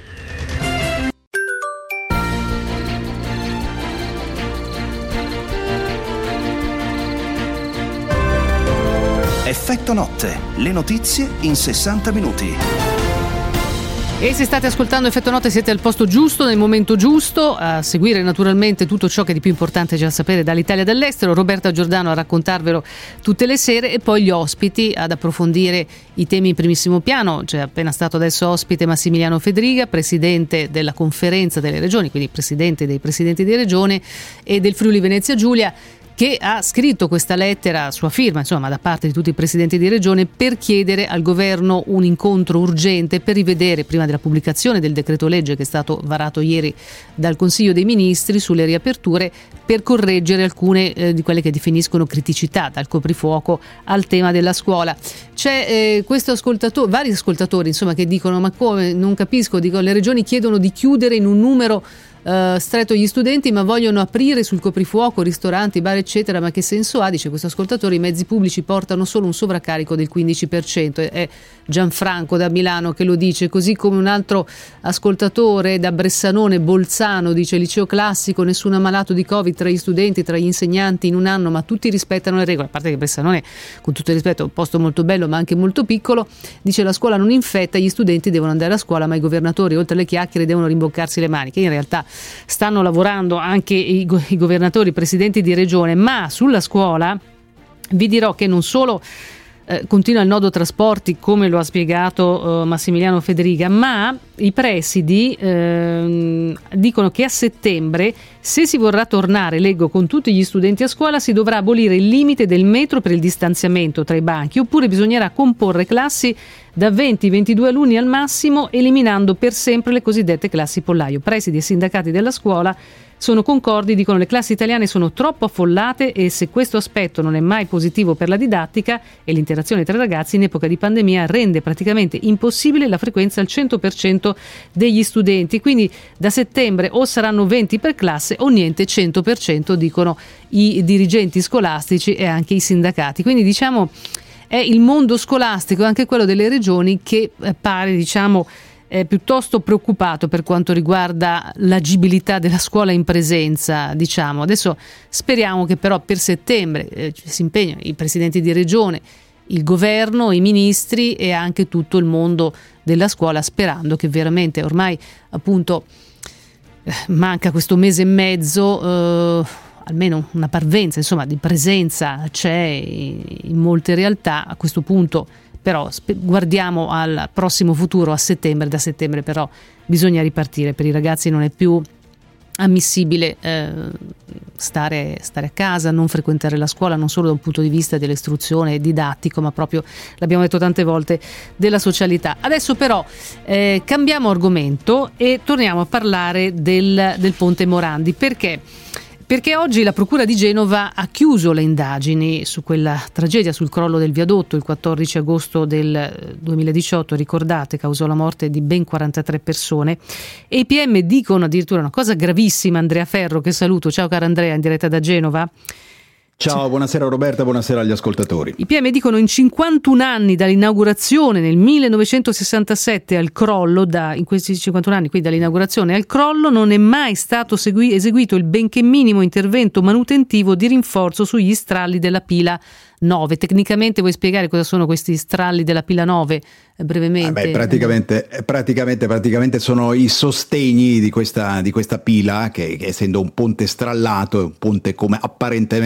Effetto notte, le notizie in 60 minuti. E se state ascoltando Effetto Notte siete al posto giusto, nel momento giusto, a seguire naturalmente tutto ciò che è di più importante già sapere dall'Italia e dall'estero. Roberta Giordano a raccontarvelo tutte le sere e poi gli ospiti ad approfondire i temi in primissimo piano. C'è appena stato adesso ospite Massimiliano Fedriga, presidente della Conferenza delle Regioni, quindi presidente dei presidenti di regione e del Friuli Venezia Giulia, che ha scritto questa lettera a sua firma, insomma, da parte di tutti i presidenti di regione, per chiedere al governo un incontro urgente per rivedere, prima della pubblicazione del decreto legge che è stato varato ieri dal Consiglio dei Ministri sulle riaperture, per correggere alcune di quelle che definiscono criticità, dal coprifuoco al tema della scuola. C'è questo vari ascoltatori, insomma, che dicono: ma come, non capisco, le regioni chiedono di chiudere in un numero stretto gli studenti, ma vogliono aprire sul coprifuoco ristoranti, bar eccetera, ma che senso ha? Dice questo ascoltatore: i mezzi pubblici portano solo un sovraccarico del 15%. È Gianfranco da Milano che lo dice, così come un altro ascoltatore da Bressanone, Bolzano, dice: liceo classico, nessun ammalato di Covid tra gli studenti, tra gli insegnanti in un anno, ma tutti rispettano le regole. A parte che Bressanone, con tutto il rispetto, è un posto molto bello ma anche molto piccolo. Dice: la scuola non infetta, gli studenti devono andare a scuola, ma i governatori oltre alle chiacchiere devono rimboccarsi le maniche. In realtà stanno lavorando anche i governatori, i presidenti di regione, ma sulla scuola vi dirò che non solo continua il nodo trasporti, come lo ha spiegato Massimiliano Fedriga, ma i presidi dicono che a settembre, se si vorrà tornare, leggo, con tutti gli studenti a scuola, si dovrà abolire il limite del metro per il distanziamento tra i banchi, oppure bisognerà comporre classi da 20-22 alunni al massimo, eliminando per sempre le cosiddette classi pollaio. Presidi e sindacati della scuola sono concordi, dicono: le classi italiane sono troppo affollate e se questo aspetto non è mai positivo per la didattica e l'interazione tra i ragazzi, in epoca di pandemia rende praticamente impossibile la frequenza al 100% degli studenti. Quindi da settembre o saranno 20 per classe o niente 100%, dicono i dirigenti scolastici e anche i sindacati. Quindi diciamo è il mondo scolastico e anche quello delle regioni che pare, diciamo, piuttosto preoccupato per quanto riguarda l'agibilità della scuola in presenza, diciamo. Adesso speriamo che però per settembre si impegnino i presidenti di regione, il governo, i ministri e anche tutto il mondo della scuola, sperando che veramente ormai appunto manca questo mese e mezzo, almeno una parvenza, insomma, di presenza c'è in molte realtà. A questo punto però guardiamo al prossimo futuro, a settembre. Da settembre però bisogna ripartire. Per i ragazzi non è più ammissibile stare a casa, non frequentare la scuola, non solo da un punto di vista dell'istruzione didattico, ma proprio, l'abbiamo detto tante volte, della socialità. Adesso però cambiamo argomento e torniamo a parlare del Ponte Morandi. Perché oggi la Procura di Genova ha chiuso le indagini su quella tragedia, sul crollo del viadotto il 14 agosto del 2018, ricordate, causò la morte di ben 43 persone, e i PM dicono addirittura una cosa gravissima. Andrea Ferro, che saluto, ciao caro Andrea, in diretta da Genova. Ciao, buonasera Roberta, buonasera agli ascoltatori. I PM dicono: in 51 anni dall'inaugurazione nel 1967 al crollo, in questi 51 anni, quindi dall'inaugurazione al crollo, non è mai stato eseguito il benché minimo intervento manutentivo di rinforzo sugli stralli della pila 9. Tecnicamente vuoi spiegare cosa sono questi stralli della pila 9 brevemente? Praticamente sono i sostegni di questa pila che essendo un ponte strallato, un ponte come apparentemente, diciamo,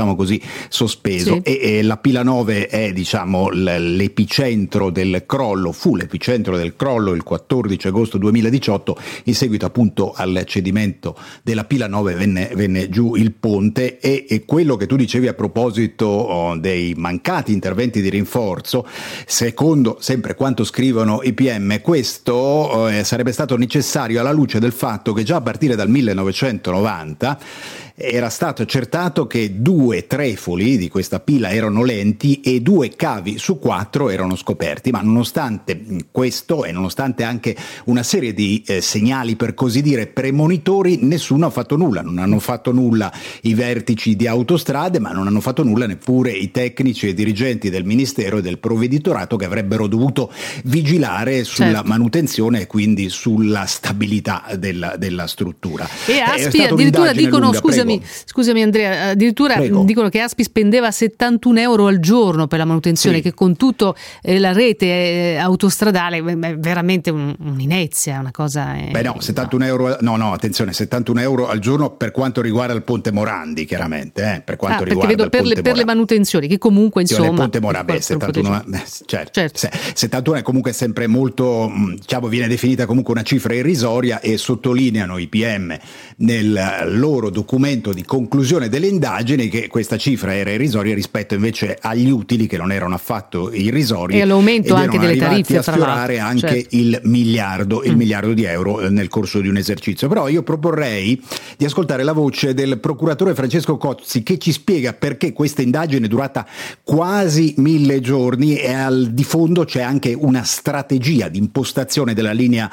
diciamo così, sospeso. Sì. E la pila 9 è, diciamo, l'epicentro del crollo, fu l'epicentro del crollo il 14 agosto 2018, in seguito appunto al cedimento della pila 9 venne giù il ponte, e quello che tu dicevi a proposito dei mancati interventi di rinforzo, secondo sempre quanto scrivono i PM, questo sarebbe stato necessario alla luce del fatto che già a partire dal 1990 era stato accertato che 2 trefoli di questa pila erano lenti e 2 cavi su 4 erano scoperti, ma nonostante questo e nonostante anche una serie di segnali per così dire premonitori, nessuno ha fatto nulla. Non hanno fatto nulla i vertici di Autostrade, ma non hanno fatto nulla neppure i tecnici e dirigenti del Ministero e del Provveditorato, che avrebbero dovuto vigilare sulla manutenzione e quindi sulla stabilità della struttura. E Aspi addirittura dicono, scusami Andrea, addirittura dicono che Aspi spendeva 71 euro al giorno per la manutenzione, che con tutto la rete autostradale è veramente un'inezia, una cosa. 71 euro, no, attenzione, 71 euro al giorno per quanto riguarda il Ponte Morandi, chiaramente, per quanto riguarda vedo per le manutenzioni, che comunque insomma. Il Ponte Morandi, 71, certo. 71 è comunque sempre molto, diciamo, viene definita comunque una cifra irrisoria, e sottolineano i PM nel loro documento di conclusione delle indagini che questa cifra era irrisoria rispetto invece agli utili, che non erano affatto irrisori, e all'aumento anche delle tariffe, a sfiorare anche il miliardo di euro nel corso di un esercizio. Però io proporrei di ascoltare la voce del procuratore Francesco Cozzi, che ci spiega perché questa indagine è durata quasi 1000 giorni e di fondo c'è anche una strategia di impostazione della linea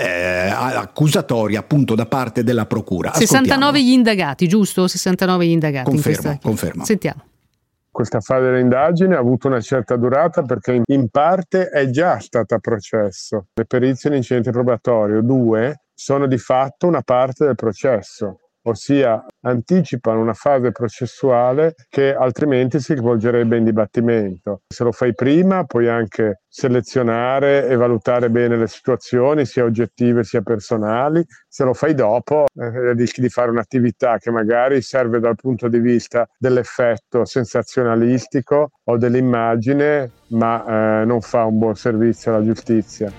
accusatoria appunto da parte della procura. 69 gli indagati, giusto? 69 gli indagati. Confermo. Sentiamo. Questa fase dell'indagine ha avuto una certa durata perché in parte è già stata a processo. Le perizie in incidente probatorio 2 sono di fatto una parte del processo, ossia anticipano una fase processuale che altrimenti si svolgerebbe in dibattimento. Se lo fai prima puoi anche selezionare e valutare bene le situazioni, sia oggettive sia personali. Se lo fai dopo rischi di fare un'attività che magari serve dal punto di vista dell'effetto sensazionalistico o dell'immagine, ma non fa un buon servizio alla giustizia.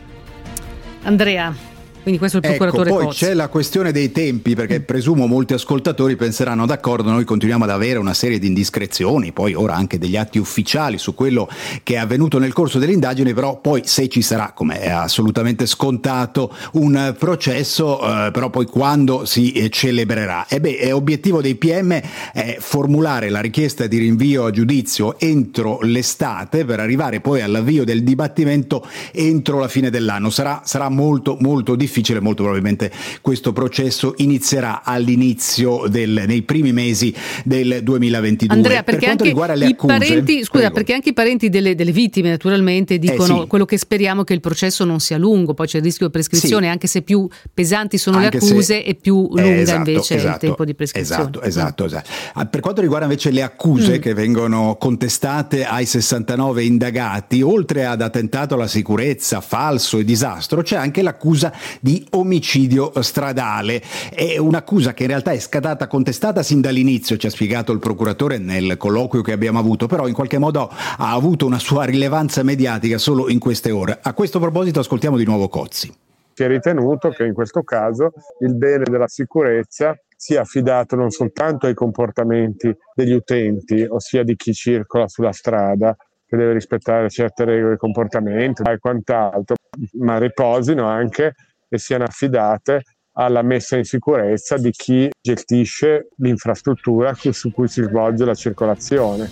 Andrea. Quindi questo è il procuratore poi Cozzi. C'è la questione dei tempi, perché presumo molti ascoltatori penseranno: d'accordo, noi continuiamo ad avere una serie di indiscrezioni, poi ora anche degli atti ufficiali su quello che è avvenuto nel corso delle indagini, però poi se ci sarà, come è assolutamente scontato, un processo, però poi quando si celebrerà? È obiettivo dei PM è formulare la richiesta di rinvio a giudizio entro l'estate per arrivare poi all'avvio del dibattimento entro la fine dell'anno. Sarà molto molto difficile, molto probabilmente questo processo inizierà all'inizio nei primi mesi del 2022. Andrea, perché per quanto anche riguarda le i accuse, parenti, perché anche i parenti delle vittime naturalmente dicono quello che speriamo, che il processo non sia lungo, poi c'è il rischio di prescrizione, anche se più pesanti sono le accuse e più lunga invece il tempo di prescrizione. Esatto. Per quanto riguarda invece le accuse che vengono contestate ai 69 indagati, oltre ad attentato alla sicurezza, falso e disastro, c'è anche l'accusa di omicidio stradale. È un'accusa che in realtà è stata contestata sin dall'inizio, ci ha spiegato il procuratore nel colloquio che abbiamo avuto, però in qualche modo ha avuto una sua rilevanza mediatica solo in queste ore. A questo proposito ascoltiamo di nuovo Cozzi. Si è ritenuto che in questo caso il bene della sicurezza sia affidato non soltanto ai comportamenti degli utenti, ossia di chi circola sulla strada, che deve rispettare certe regole di comportamento e quant'altro, ma riposino anche e siano affidate alla messa in sicurezza di chi gestisce l'infrastruttura su cui si svolge la circolazione.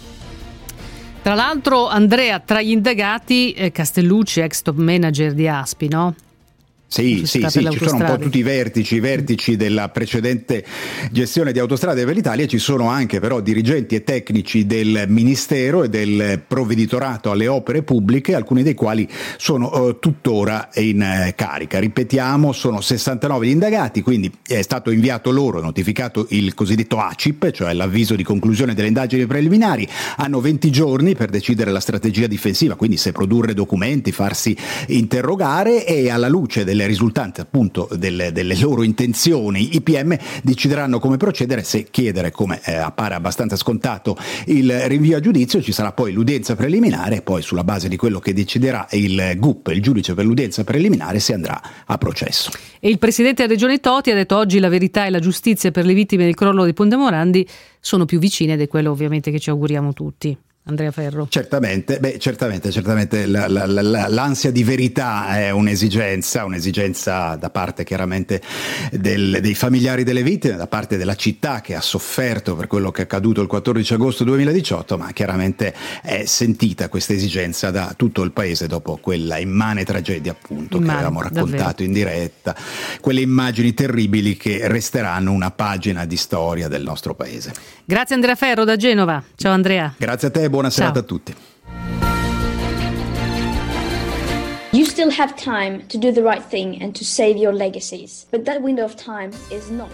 Tra l'altro, Andrea, tra gli indagati Castellucci, ex top manager di Aspi, no? Sì, ci sono un po' tutti i vertici della precedente gestione di Autostrade per l'Italia, ci sono anche però dirigenti e tecnici del Ministero e del Provveditorato alle opere pubbliche, alcuni dei quali sono tuttora in carica. Ripetiamo, sono 69 gli indagati, quindi è stato inviato loro, notificato il cosiddetto ACIP, cioè l'avviso di conclusione delle indagini preliminari. Hanno 20 giorni per decidere la strategia difensiva, quindi se produrre documenti, farsi interrogare, e alla luce delle delle risultanze appunto delle loro intenzioni, i PM decideranno come procedere, se chiedere, come appare abbastanza scontato, il rinvio a giudizio. Ci sarà poi l'udienza preliminare e poi sulla base di quello che deciderà il GUP, il giudice per l'udienza preliminare, si andrà a processo. E il presidente della regione Toti ha detto: oggi la verità e la giustizia per le vittime del crollo di Ponte Morandi sono più vicine, ed è quello ovviamente che ci auguriamo tutti. Andrea Ferro. Certamente l'ansia di verità è un'esigenza da parte chiaramente dei familiari delle vittime, da parte della città che ha sofferto per quello che è accaduto il 14 agosto 2018, ma chiaramente è sentita questa esigenza da tutto il paese dopo quella immane tragedia appunto che avevamo raccontato davvero in diretta, quelle immagini terribili che resteranno una pagina di storia del nostro paese. Grazie Andrea Ferro da Genova. Ciao Andrea. Grazie a te. Buona serata a tutti. You still have time to do the right thing and to save your legacies, but that window of time is not.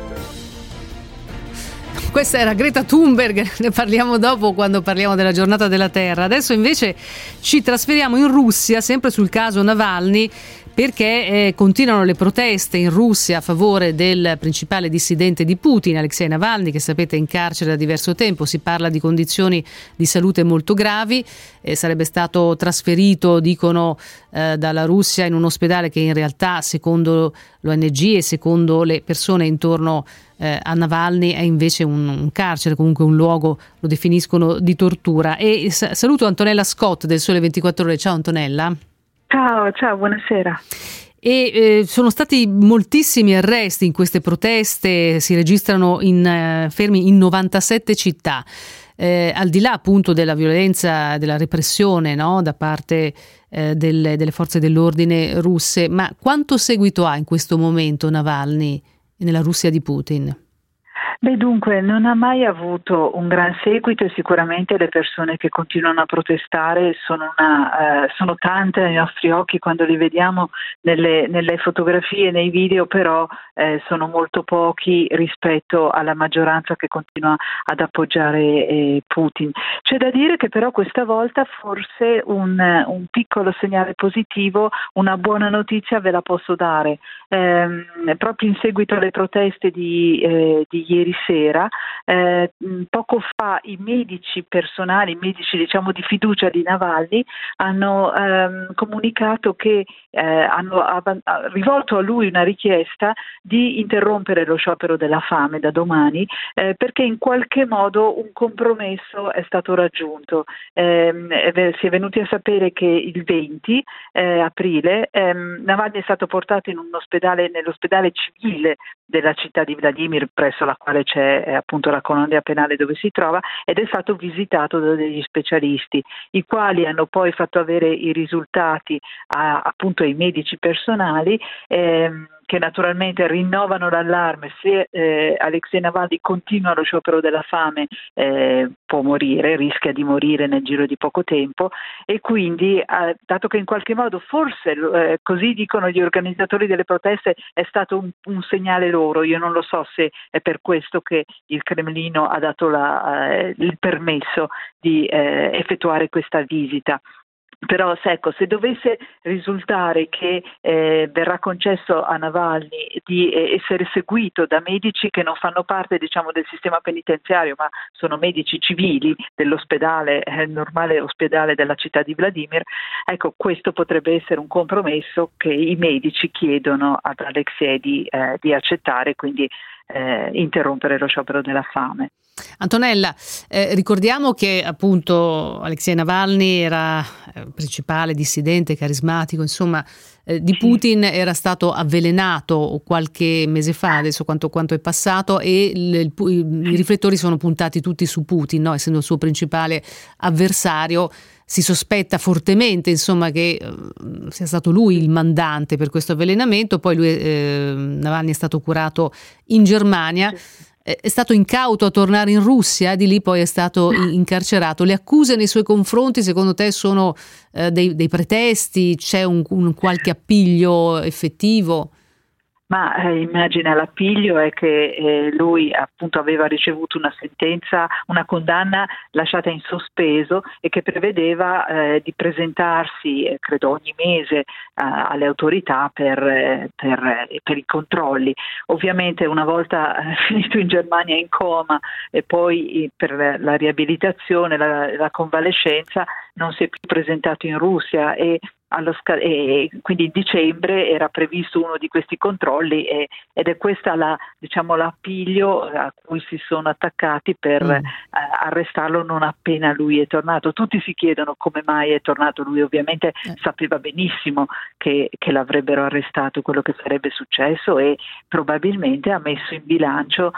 Questa era Greta Thunberg, ne parliamo dopo quando parliamo della giornata della Terra. Adesso invece ci trasferiamo in Russia, sempre sul caso Navalny, perché continuano le proteste in Russia a favore del principale dissidente di Putin, Alexei Navalny, che sapete è in carcere da diverso tempo. Si parla di condizioni di salute molto gravi, sarebbe stato trasferito, dicono, dalla Russia in un ospedale che in realtà, secondo l'ONG e secondo le persone intorno a Navalny, è invece un carcere, comunque un luogo, lo definiscono, di tortura. E saluto Antonella Scott del Sole 24 Ore. Ciao Antonella. Ciao, buonasera. E sono stati moltissimi arresti in queste proteste, si registrano fermi in 97 città. Al di là appunto della violenza, della repressione, no, da parte delle forze dell'ordine russe, ma quanto seguito ha in questo momento Navalny nella Russia di Putin? Beh, dunque, non ha mai avuto un gran seguito e sicuramente le persone che continuano a protestare sono tante ai nostri occhi quando li vediamo nelle fotografie, nei video, però sono molto pochi rispetto alla maggioranza che continua ad appoggiare Putin. C'è da dire che però questa volta forse un piccolo segnale positivo, una buona notizia ve la posso dare. Proprio in seguito alle proteste di ieri sera, poco fa i medici personali, i medici diciamo di fiducia di Navalny hanno comunicato che hanno rivolto a lui una richiesta di interrompere lo sciopero della fame da domani, perché in qualche modo un compromesso è stato raggiunto. Si è venuti a sapere che il 20 aprile Navalny è stato portato in un ospedale, nell'ospedale civile della città di Vladimir, presso la quale c'è appunto la colonia penale dove si trova, ed è stato visitato da degli specialisti, i quali hanno poi fatto avere i risultati appunto ai medici personali, che naturalmente rinnovano l'allarme: se Alexei Navalny continua lo sciopero della fame può morire, rischia di morire nel giro di poco tempo, e quindi dato che in qualche modo forse così dicono gli organizzatori delle proteste è stato un segnale loro, io non lo so se è per questo che il Cremlino ha dato il permesso di effettuare questa visita. Però ecco, se dovesse risultare che verrà concesso a Navalny di essere seguito da medici che non fanno parte diciamo del sistema penitenziario, ma sono medici civili dell'ospedale, normale ospedale della città di Vladimir, ecco, questo potrebbe essere un compromesso che i medici chiedono ad Alexei di accettare, quindi interrompere lo sciopero della fame. Antonella, ricordiamo che appunto Alexei Navalny era principale dissidente carismatico, insomma, di Putin, era stato avvelenato qualche mese fa, adesso quanto è passato, e i riflettori sono puntati tutti su Putin, no? Essendo il suo principale avversario. Si sospetta fortemente, insomma, che sia stato lui il mandante per questo avvelenamento. Poi Navalny è stato curato in Germania, è stato incauto a tornare in Russia, di lì poi è stato incarcerato. Le accuse nei suoi confronti, secondo te, sono dei pretesti? C'è un qualche appiglio effettivo? Ma immagina, l'appiglio è che lui appunto aveva ricevuto una sentenza, una condanna lasciata in sospeso e che prevedeva di presentarsi, credo ogni mese, alle autorità per i controlli. Ovviamente una volta finito in Germania in coma e poi per la riabilitazione, la convalescenza, non si è più presentato in Russia e quindi in dicembre era previsto uno di questi controlli ed è questa l'appiglio a cui si sono attaccati per arrestarlo non appena lui è tornato. Tutti si chiedono come mai è tornato. Lui ovviamente sapeva benissimo che l'avrebbero arrestato, quello che sarebbe successo, e probabilmente ha messo in bilancio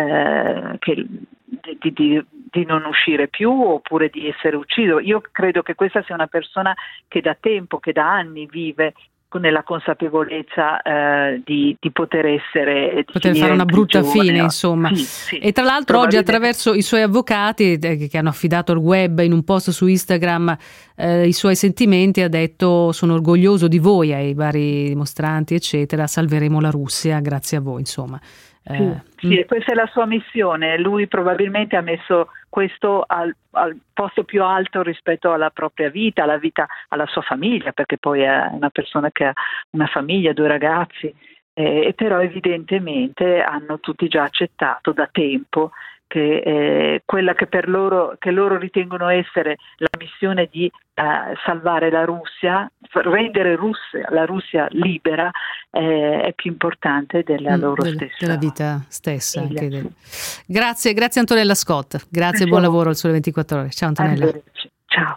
di non uscire più oppure di essere ucciso. Io credo che questa sia una persona che da tempo, che da anni vive nella consapevolezza di poter fare una brutta fine, insomma. Sì, e tra l'altro oggi, attraverso i suoi avvocati che hanno affidato al web, in un post su Instagram, i suoi sentimenti, ha detto: sono orgoglioso di voi, ai vari dimostranti eccetera, salveremo la Russia grazie a voi, insomma. Sì, questa è la sua missione. Lui probabilmente ha messo questo al posto più alto rispetto alla propria vita, alla sua famiglia, perché poi è una persona che ha una famiglia, 2 ragazzi, e però evidentemente hanno tutti già accettato da tempo che quella che loro ritengono essere la missione di salvare la Russia, rendere la Russia libera, è più importante della loro stessa, della vita stessa. Anche Grazie Antonella Scott, grazie e buon lavoro al Sole 24 Ore. Ciao Antonella. Ciao.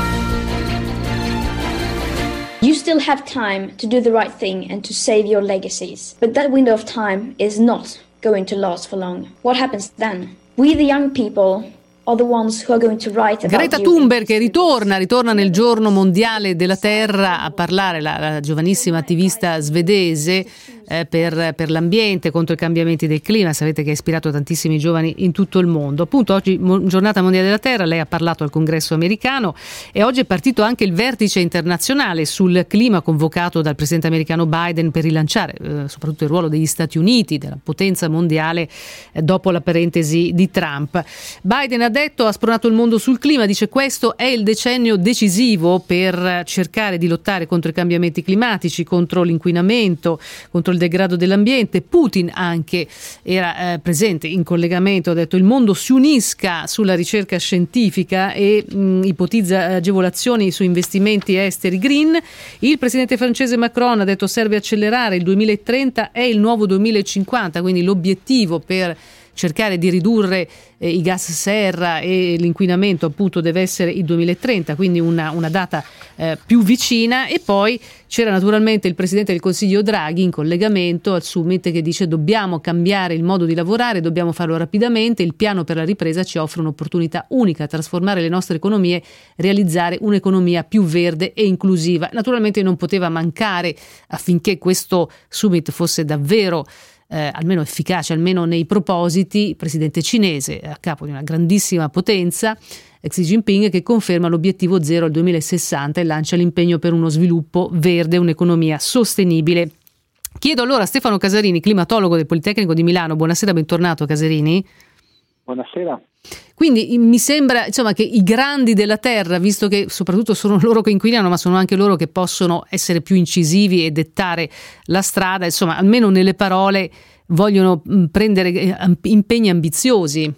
You still have time to do the right thing and to save your legacies, but that window of time is not going to last for long. What happens then? We, the young people, are the ones who are going to write about Greta Thunberg che ritorna nel giorno mondiale della Terra a parlare, la giovanissima attivista svedese per l'ambiente, contro i cambiamenti del clima. Sapete che ha ispirato tantissimi giovani in tutto il mondo. Appunto oggi giornata mondiale della Terra, lei ha parlato al Congresso americano e oggi è partito anche il vertice internazionale sul clima convocato dal presidente americano Biden per rilanciare soprattutto il ruolo degli Stati Uniti, della potenza mondiale, dopo la parentesi di Trump. Biden ha spronato il mondo sul clima, dice: questo è il decennio decisivo per cercare di lottare contro i cambiamenti climatici, contro l'inquinamento, contro il degrado dell'ambiente. Putin anche era presente in collegamento, ha detto: il mondo si unisca sulla ricerca scientifica e ipotizza agevolazioni su investimenti esteri green. Il presidente francese Macron ha detto: serve accelerare, il 2030 è il nuovo 2050, quindi l'obiettivo per cercare di ridurre i gas serra e l'inquinamento appunto deve essere il 2030, quindi una data più vicina. E poi c'era naturalmente il presidente del Consiglio Draghi in collegamento al summit che dice: dobbiamo cambiare il modo di lavorare, dobbiamo farlo rapidamente, il piano per la ripresa ci offre un'opportunità unica, trasformare le nostre economie, realizzare un'economia più verde e inclusiva. Naturalmente non poteva mancare, affinché questo summit fosse davvero almeno efficace, almeno nei propositi, il presidente cinese a capo di una grandissima potenza, Xi Jinping, che conferma l'obiettivo zero al 2060 e lancia l'impegno per uno sviluppo verde e un'economia sostenibile. Chiedo allora a Stefano Casarini, climatologo del Politecnico di Milano. Buonasera, bentornato Casarini. Buonasera. Quindi mi sembra, insomma, che i grandi della terra, visto che soprattutto sono loro che inquinano, ma sono anche loro che possono essere più incisivi e dettare la strada, insomma, almeno nelle parole vogliono prendere impegni ambiziosi.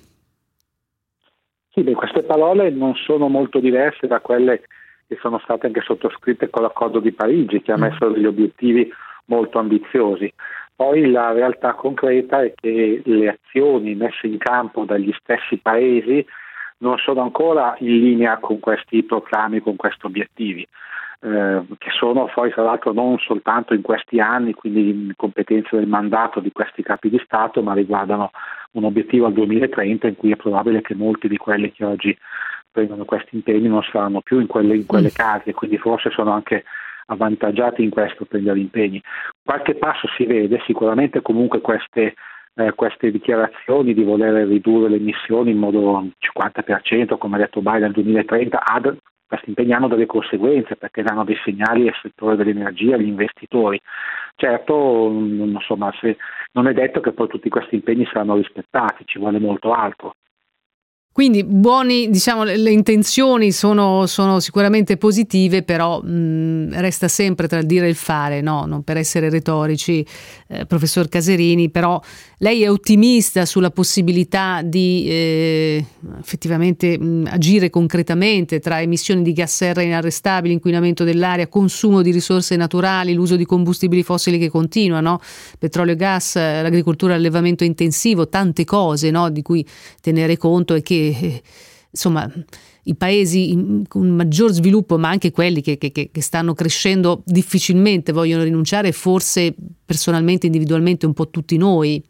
Sì, queste parole non sono molto diverse da quelle che sono state anche sottoscritte con l'accordo di Parigi, che ha messo degli obiettivi molto ambiziosi. Poi la realtà concreta è che le azioni messe in campo dagli stessi paesi non sono ancora in linea con questi proclami, con questi obiettivi, che sono poi tra l'altro non soltanto in questi anni, quindi in competenza del mandato di questi capi di Stato, ma riguardano un obiettivo al 2030 in cui è probabile che molti di quelli che oggi prendono questi impegni non saranno più in quelle case, quindi forse sono anche avvantaggiati in questo per gli impegni. Qualche passo si vede, sicuramente comunque queste dichiarazioni di voler ridurre le emissioni in modo 50%, come ha detto Biden nel 2030, questi impegni hanno delle conseguenze perché danno dei segnali al settore dell'energia, agli investitori. Certo, insomma, non è detto che poi tutti questi impegni saranno rispettati, ci vuole molto altro. Quindi le intenzioni sono sicuramente positive, però resta sempre tra il dire e il fare, no? Non per essere retorici, professor Caserini, però lei è ottimista sulla possibilità di effettivamente agire concretamente tra emissioni di gas serra inarrestabili, inquinamento dell'aria, consumo di risorse naturali, l'uso di combustibili fossili che continua, no? Petrolio e gas, l'agricoltura, l'allevamento intensivo, tante cose, no? Di cui tenere conto e che insomma i paesi con maggior sviluppo, ma anche quelli che stanno crescendo, difficilmente vogliono rinunciare, forse personalmente, individualmente, un po' tutti noi.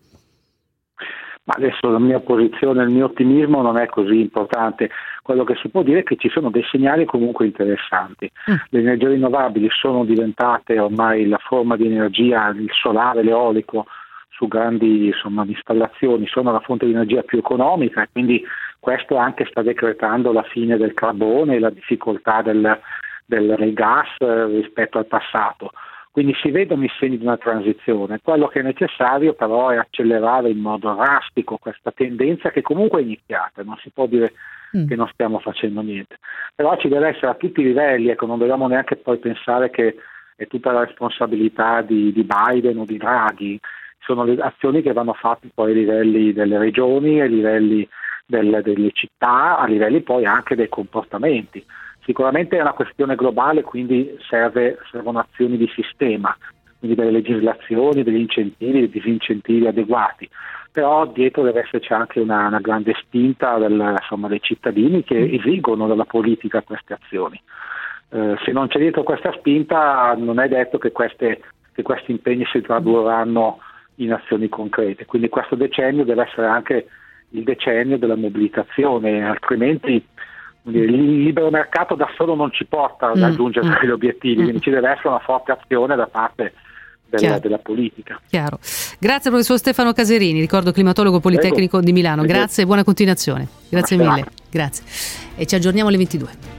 Ma adesso la mia posizione, il mio ottimismo non è così importante. Quello che si può dire è che ci sono dei segnali comunque interessanti. Le energie rinnovabili sono diventate ormai la forma di energia, il solare, l'eolico, su grandi installazioni, sono la fonte di energia più economica, e quindi questo anche sta decretando la fine del carbone e la difficoltà del gas rispetto al passato. Quindi si vedono i segni di una transizione. Quello che è necessario però è accelerare in modo drastico questa tendenza che comunque è iniziata, non si può dire che non stiamo facendo niente. Però ci deve essere a tutti i livelli, non dobbiamo neanche poi pensare che è tutta la responsabilità di Biden o di Draghi. Sono le azioni che vanno fatte poi ai livelli delle regioni, ai livelli delle città, a livelli poi anche dei comportamenti. Sicuramente è una questione globale, quindi servono azioni di sistema, quindi delle legislazioni, degli incentivi, dei disincentivi adeguati. Però dietro deve esserci anche una grande spinta dei cittadini che esigono dalla politica queste azioni. Se non c'è dietro questa spinta non è detto che questi impegni si tradurranno in azioni concrete, quindi questo decennio deve essere anche il decennio della mobilitazione, altrimenti il libero mercato da solo non ci porta a raggiungere gli obiettivi, quindi ci deve essere una forte azione da parte della politica. Chiaro. Grazie professor Stefano Caserini, ricordo climatologo Politecnico di Milano. Grazie e buona continuazione. Grazie mille. Grazie. E ci aggiorniamo alle 22.